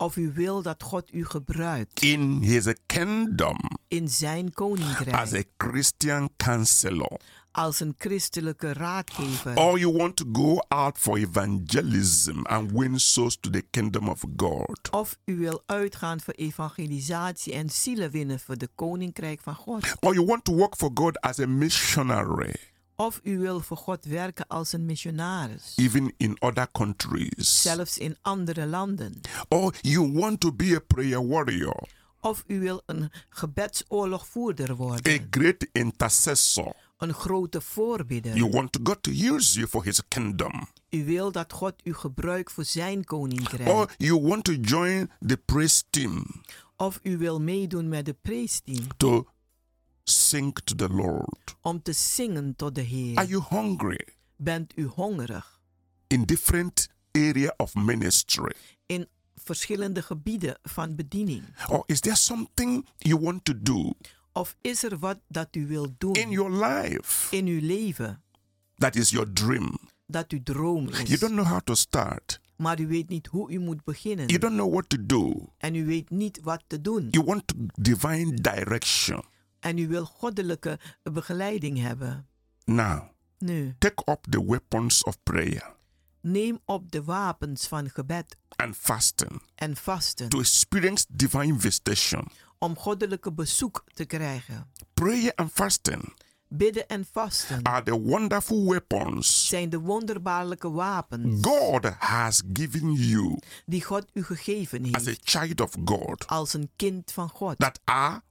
I: Of u wil dat God u gebruikt
H: in his kingdom
I: in zijn
H: as
I: koninkrijk
H: a Christian counselor.
I: als een christelijke raadgever.
H: Or you want to go out for evangelism and win souls to the kingdom of God.
I: Of u wil uitgaan voor evangelisatie en zielen winnen voor de koninkrijk van God.
H: Or you want to work for God as a missionary,
I: Of u wil voor God werken als een missionaris.
H: even in other countries.
I: Zelfs in andere landen.
H: Or you want to be a prayer warrior,
I: Of u wil een gebedsoorlogvoerder worden.
H: a great intercessor.
I: Een grote voorbidder.
H: You want God to use you for his kingdom.
I: U wil dat God u gebruikt voor zijn koninkrijk.
H: Or you want to join the praise team
I: Of u wil meedoen met de prijsteam.
H: to sing to the Lord.
I: Om te zingen tot de Heer.
H: Are you hungry
I: Bent u hongerig?
H: in different area of ministry?
I: In verschillende gebieden van bediening.
H: Or is there something you want to do
I: Of is er wat dat u wilt doen
H: in your life
I: in uw leven
H: that is your dream?
I: dat uw droom
H: You
I: is.
H: don't know how to start.
I: Maar u weet niet hoe u moet beginnen.
H: You don't know what to do.
I: En u weet niet wat te doen.
H: You want divine direction.
I: En u wil goddelijke begeleiding hebben.
H: Now,
I: Nu,
H: take up the weapons of prayer
I: neem op de wapens van gebed
H: and fasting
I: en vasten.
H: to experience divine visitation.
I: Om goddelijke bezoek te krijgen.
H: Prayer and fasting
I: Bidden en vasten
H: are the wonderful weapons
I: zijn de wonderbaarlijke wapens
H: God has given you
I: die God u gegeven
H: as a
I: heeft
H: child of God
I: als een kind van God.
H: that are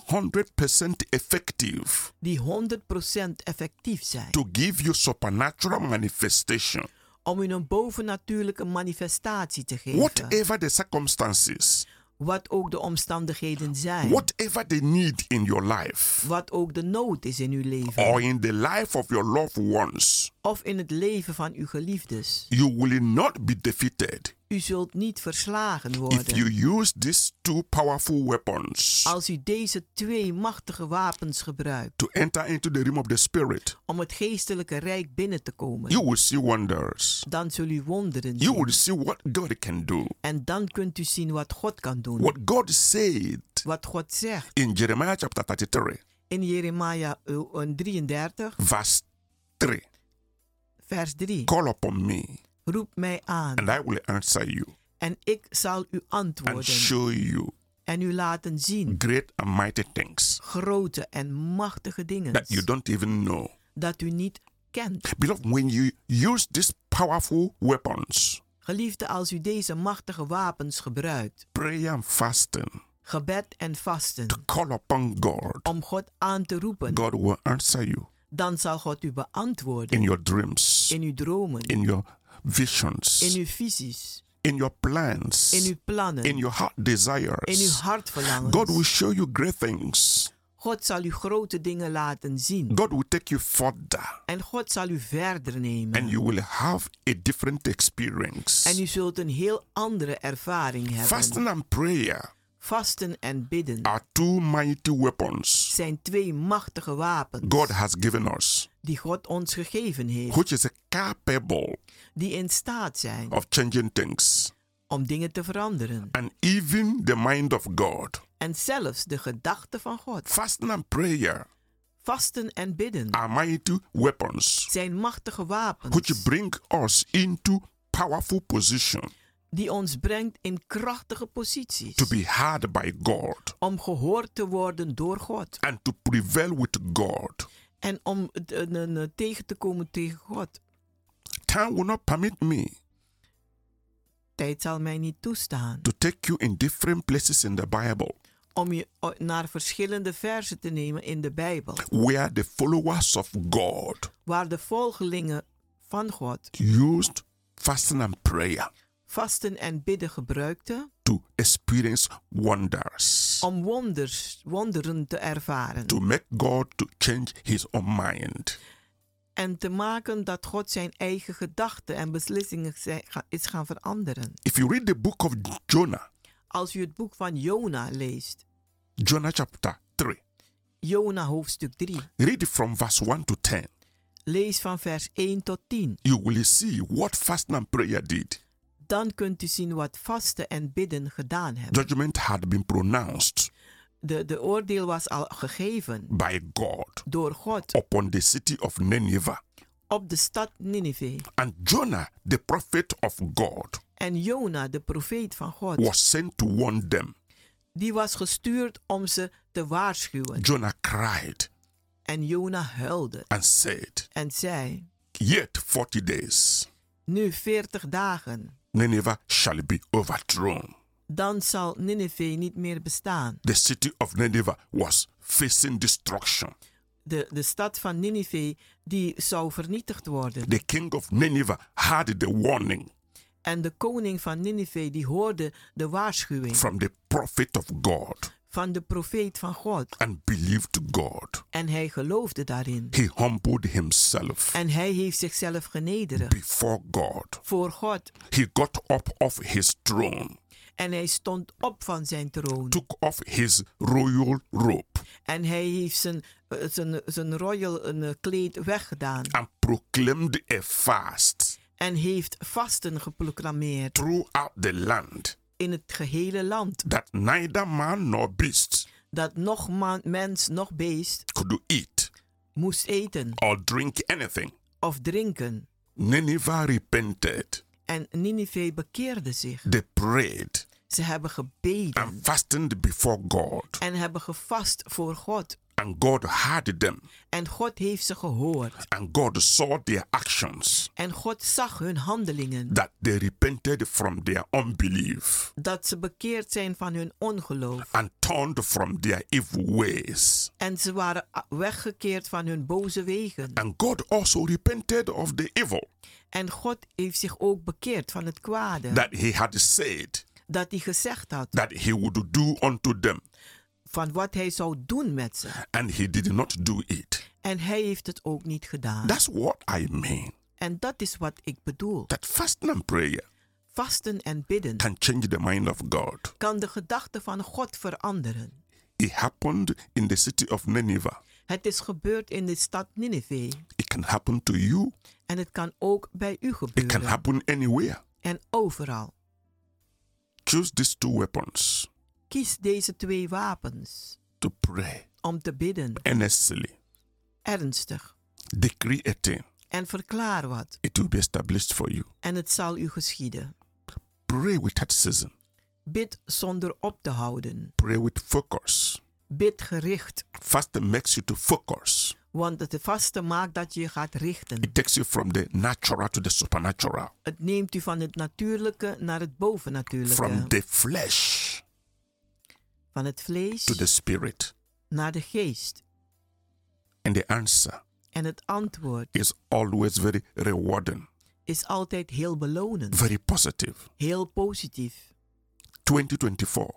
H: 100% effective
I: Die 100% effectief zijn.
H: to give you supernatural manifestation.
I: Om u een bovennatuurlijke manifestatie te geven.
H: Whatever the circumstances,
I: Wat ook de omstandigheden zijn.
H: whatever the need in your life,
I: Wat ook de nood is in uw leven.
H: or in the life of your loved ones,
I: Of in het leven van uw geliefdes.
H: you will not be defeated
I: U zult niet verslagen
H: if
I: worden.
H: you use these two powerful weapons
I: Als u deze twee machtige wapens gebruikt.
H: to enter into the realm of the spirit.
I: Om het geestelijke rijk binnen te komen.
H: You will see wonders.
I: Dan zul u wonderen
H: You
I: zien.
H: will see what God can do.
I: En dan kunt u zien wat God kan doen.
H: What God said
I: Wat God zegt.
H: in Jeremiah chapter 33,
I: In Jeremia 33,
H: verse 3.
I: vers 3.
H: Call upon me,
I: Roep mij aan.
H: and I will answer you
I: En ik zal u
H: and
I: antwoorden.
H: show you
I: En u laten zien.
H: great and mighty things
I: Grote en machtige dingen.
H: that you don't even know.
I: Dat u niet kent.
H: Beloved, when you use these powerful weapons,
I: Geliefde, als u deze machtige wapens gebruikt.
H: prayer and fasting,
I: Gebed en vasten.
H: call upon God,
I: Om God aan te roepen.
H: God will answer you
I: Dan zal God u beantwoorden.
H: in your dreams,
I: In uw dromen.
H: in your visions,
I: In uw visies.
H: in your plans,
I: In uw plannen.
H: in your heart
I: In uw
H: desires.
I: hartverlangens.
H: God will show you great things.
I: God zal u grote dingen laten zien.
H: God will take you further,
I: En God zal u verder nemen.
H: and you will have a different experience.
I: En u zult een heel andere ervaring hebben.
H: Fasting and prayer
I: Vasten en bidden
H: are two mighty weapons
I: zijn twee machtige wapens
H: God has given us,
I: die God ons gegeven heeft.
H: which is capable
I: Die in staat zijn
H: of changing things,
I: om dingen te veranderen.
H: and even the mind of God.
I: En zelfs de gedachten van God.
H: Fasting and prayer
I: Vasten en bidden
H: are mighty weapons
I: zijn machtige wapens
H: which bring us into powerful position
I: die ons brengt in krachtige posities.
H: to be heard by God
I: Om gehoord te worden door God.
H: and to prevail with God.
I: En om tegen te komen tegen God.
H: Time will not permit me
I: Tijd zal mij niet toestaan
H: to take you in different places in the Bible
I: om je naar verschillende versen te nemen in de Bijbel.
H: where the followers of God
I: Waar de volgelingen van God
H: used fasting and prayer
I: vasten en bidden gebruikten
H: to experience wonders,
I: om wonderen te ervaren.
H: to make God to change his own mind.
I: En te maken dat God zijn eigen gedachten en beslissingen is gaan veranderen.
H: If you read the book of Jonah,
I: Als u het boek van Jona leest,
H: Jonah chapter 3,
I: Jona hoofdstuk 3,
H: read it from verse 1 to 10.
I: lees van vers 1 tot 10.
H: You will see what fasting and prayer did.
I: Dan kunt u zien wat vasten en bidden gedaan hebben.
H: Judgment had been pronounced
I: De oordeel was al gegeven
H: by God
I: door God
H: upon the city of Nineveh.
I: op de stad Nineveh.
H: And Jonah, the prophet of God,
I: En Jona, de profeet van God,
H: was sent to warn them.
I: die was gestuurd om ze te waarschuwen.
H: Jonah cried
I: En Jona huilde
H: and said,
I: en zei,
H: Yet 40 days,
I: nu 40 dagen,
H: Nineveh shall be overthrown.
I: dan zal Nineveh niet meer bestaan.
H: The city of Nineveh was facing destruction.
I: De stad van Nineveh die zou vernietigd worden.
H: The king of Nineveh had the warning
I: En de koning van Nineveh die hoorde de waarschuwing
H: from the prophet of God
I: van de profeet van God.
H: and believed God.
I: En hij geloofde daarin.
H: He humbled himself
I: En hij heeft zichzelf genederig
H: before God.
I: voor God.
H: He got up off his throne,
I: En hij stond op van zijn troon.
H: took off his royal robe,
I: En hij heeft zijn royal kleed weggedaan.
H: and proclaimed a fast
I: En heeft vasten geproclameerd
H: throughout the land,
I: in het gehele land.
H: that neither man nor beast
I: Dat nog mens nog beest
H: could eat
I: moest eten
H: or drink anything.
I: of drinken.
H: Nineveh repented.
I: En Nineveh bekeerde zich.
H: They prayed
I: Ze hebben gebeden
H: and fasted before God,
I: en hebben gevast voor God.
H: and God heard them,
I: En God heeft ze gehoord.
H: and God saw their actions,
I: En God zag hun handelingen.
H: that they repented from their unbelief
I: Dat ze bekeerd zijn van hun ongeloof.
H: and turned from their evil ways.
I: En ze waren weggekeerd van hun boze wegen.
H: And God also repented of the evil
I: En God heeft zich ook bekeerd van het kwade.
H: that he had said
I: Dat hij gezegd had.
H: that he would do unto them,
I: Van wat hij zou doen met ze.
H: and he did not do it.
I: En hij heeft het ook niet gedaan.
H: That's what I mean.
I: En dat is wat ik bedoel.
H: That fasting and prayer
I: Vasten en bidden
H: can change the mind of God.
I: kan de gedachten van God veranderen.
H: It happened in the city of Nineveh.
I: Het is gebeurd in de stad Nineveh.
H: It can happen to you.
I: En het kan ook bij u
H: It can
I: gebeuren.
H: happen anywhere.
I: En overal.
H: Choose these two weapons
I: Kies deze 2 wapens
H: to pray
I: om te bidden.
H: earnestly.
I: Ernstig.
H: Decree a thing.
I: En verklaar wat.
H: It will be established for you.
I: En het zal u geschieden.
H: Pray without ceasing.
I: Bid zonder op te houden.
H: Pray with focus.
I: Bid gericht.
H: Fasting makes you to focus.
I: Want het vaste maakt dat je gaat richten.
H: It takes you from the natural to the supernatural.
I: Het neemt u van het natuurlijke naar het bovennatuurlijke.
H: From the flesh
I: Van het vlees
H: to the spirit.
I: naar de geest.
H: And the answer
I: En het antwoord
H: is always very rewarding,
I: is altijd heel belonend.
H: very positive.
I: Heel positief.
H: 2024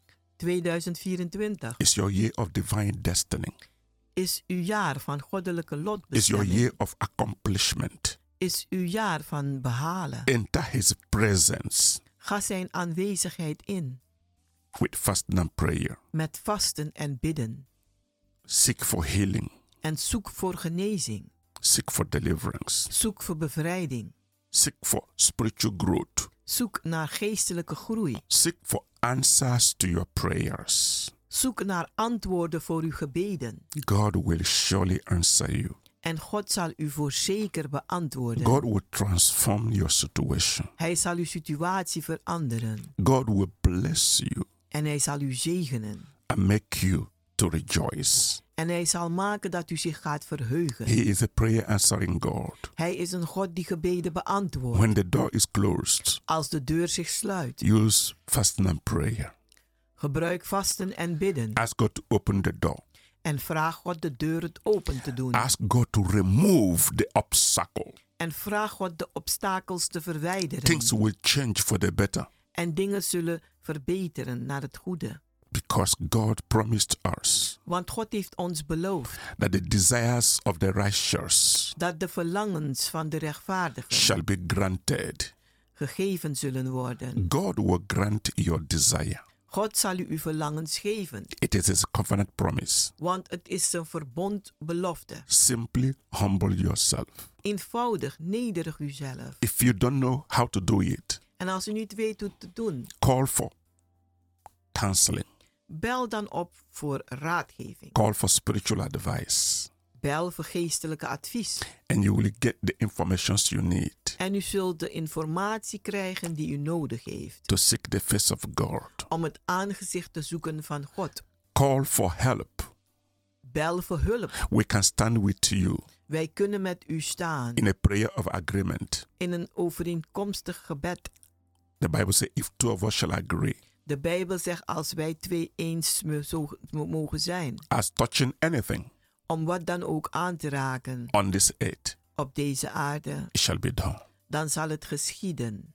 I: 2024
H: is your year of divine destiny.
I: is uw jaar van goddelijke
H: Is your
I: lotbestemming.
H: year of accomplishment.
I: Is uw jaar van behalen.
H: Enter his presence
I: Ga zijn aanwezigheid in.
H: with fasting and prayer.
I: Met vasten en bidden.
H: Seek for healing.
I: En zoek voor genezing.
H: Seek for deliverance.
I: Zoek voor bevrijding.
H: Seek for spiritual growth.
I: Zoek naar geestelijke groei.
H: Seek for answers to your prayers.
I: Zoek naar antwoorden voor uw gebeden.
H: God will surely answer you.
I: En God zal u voorzeker beantwoorden.
H: God will transform your situation.
I: Hij zal uw situatie veranderen.
H: God will bless you
I: En hij zal u zegenen.
H: and make you to rejoice.
I: En hij zal maken dat u zich gaat verheugen.
H: He is a prayer answering God.
I: Hij is een God die gebeden beantwoordt.
H: When the door is closed,
I: Als de deur zich sluit.
H: use fasting and prayer.
I: Gebruik vasten en bidden.
H: Ask God to open the door.
I: En vraag God de deur het open te doen.
H: Ask God to remove the obstacle.
I: En vraag God de obstakels te verwijderen.
H: Things will change for the better
I: En dingen zullen verbeteren naar het goede.
H: because God promised us
I: Want God heeft ons beloofd
H: that the desires of the righteous
I: dat de verlangens van de rechtvaardigen
H: shall be granted.
I: gegeven zullen worden.
H: God will grant your desire.
I: God zal u uw verlangens geven.
H: It is his covenant promise.
I: Want het is zijn verbondbelofte.
H: Simply humble yourself.
I: Eenvoudig nederig uzelf.
H: If you don't know how to do it,
I: En als u niet weet hoe te doen,
H: call for counseling.
I: Bel dan op voor raadgeving.
H: Call for spiritual advice.
I: Bel voor geestelijke advies.
H: And you will get the information you need.
I: En u zult de informatie krijgen die u nodig heeft.
H: To seek the face of God.
I: Om het aangezicht te zoeken van God.
H: Call for help.
I: Bel voor hulp.
H: We can stand with you.
I: Wij kunnen met u staan.
H: In a prayer of agreement.
I: In een overeenkomstig gebed.
H: The Bible says if two of us shall agree.
I: De Bijbel zegt als wij twee eens mogen zijn.
H: As touching anything.
I: Om wat dan ook aan te raken.
H: On this earth.
I: Op deze aarde.
H: It shall be done.
I: Dan zal het geschieden.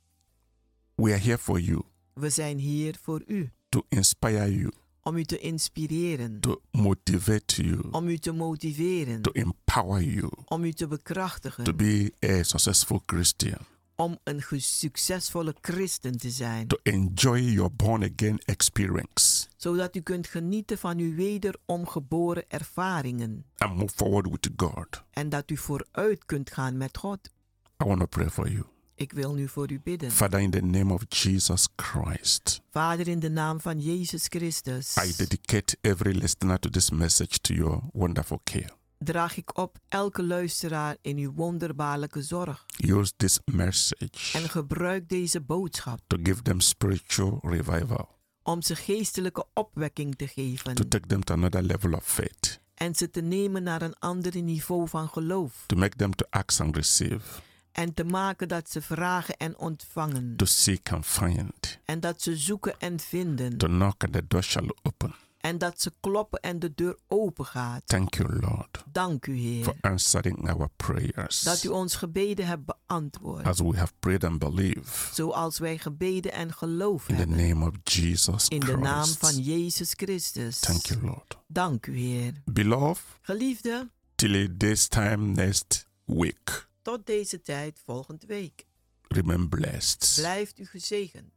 H: We are here for you.
I: We zijn hier voor u.
H: To inspire you.
I: Om u te inspireren.
H: To motivate you.
I: Om u te motiveren.
H: To empower you.
I: Om u te bekrachtigen.
H: To be a successful Christian.
I: Om een succesvolle christen te zijn.
H: To enjoy your born again experience.
I: Zodat u kunt genieten van uw wederom geboren ervaringen.
H: And move forward with God.
I: En dat u vooruit kunt gaan met God.
H: I want to pray for you.
I: Ik wil nu voor u bidden.
H: Father, in the name of Jesus Christ.
I: Vader, in de naam van Jezus Christus.
H: I dedicate every listener to this message to your wonderful care.
I: Draag ik op elke luisteraar in uw wonderbaarlijke zorg.
H: Use this message.
I: En gebruik deze boodschap.
H: To give them spiritual revival.
I: Om ze geestelijke opwekking te geven.
H: To take them to another level of faith.
I: En ze te nemen naar een ander niveau van geloof.
H: To make them to ask and receive.
I: En te maken dat ze vragen en ontvangen.
H: To seek and find.
I: En dat ze zoeken en vinden.
H: To knock and the door shall open.
I: En dat ze kloppen en de deur open gaat.
H: Thank you, Lord.
I: Dank u, Heer.
H: For answering our prayers.
I: Dat u ons gebeden hebt beantwoord.
H: As we have prayed and believed.
I: Zoals wij gebeden en geloofd
H: In
I: hebben.
H: the name of Jesus
I: In de naam van Jezus Christus.
H: Thank you, Lord.
I: Dank u, Heer.
H: Beloved.
I: Geliefde.
H: Till this time next week.
I: Tot deze tijd volgende week.
H: Remain blessed.
I: Blijft u gezegend.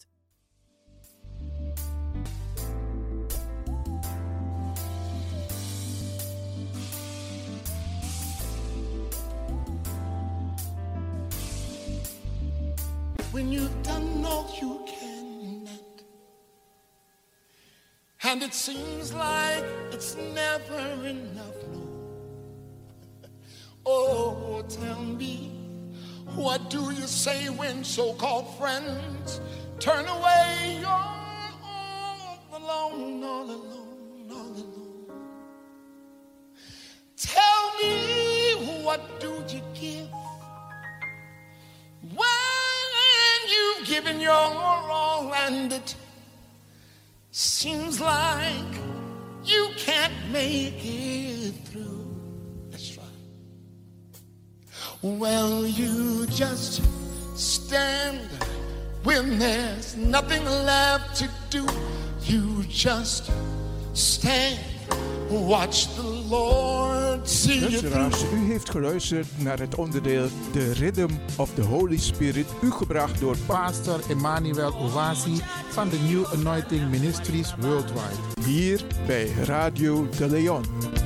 J: When you've done all you cannot, and it seems like it's never enough, no. Oh, tell me, what do you say when so-called friends turn away? You're all alone, all alone, all alone. Tell me, what do you give when you've given your all and it seems like you can't make it through? That's right. Well, you just stand when there's nothing left to do. You just stand. Watch the Lord see you through.
G: U heeft geluisterd naar het onderdeel The Rhythm of the Holy Spirit, u gebracht door
C: Pastor Emmanuel Owasi van de New Anointing Ministries Worldwide.
G: Hier bij Radio De Leon.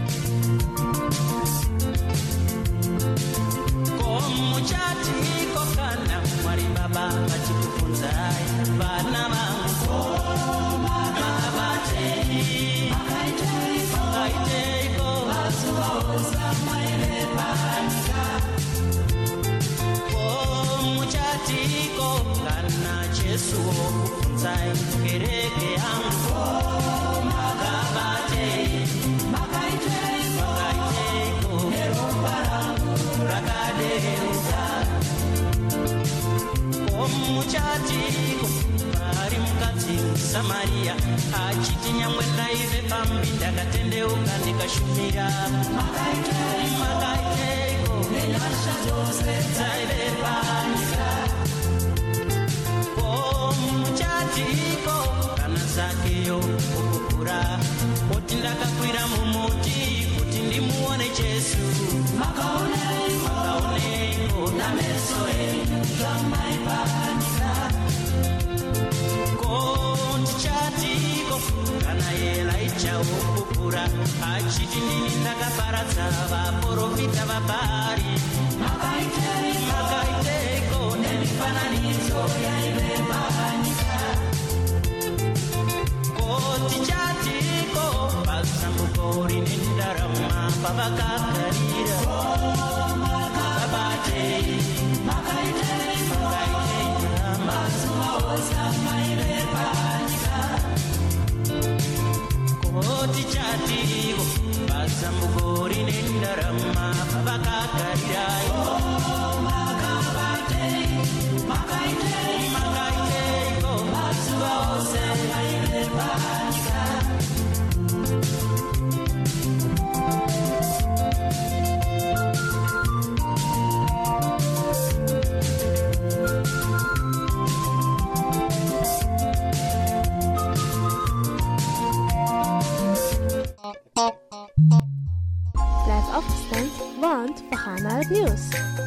F: Samaria achiti nyamwe kaive pambi ndakatendeuka ndikashumira makaiteko nenyasha dzose dzaive panyika muchatiko kana zakeyo kukukura oti ndakakwira mumuti kuti ndimuone Jesu makaoneiko nameso enyu zvamaipanyika chatiko kana Elijah wokupura achiti ndini ndakaparadza vaprofita vabhari makaiteko nemifananidzo yaive
K: Blijf afgestemd, want we gaan naar het nieuws.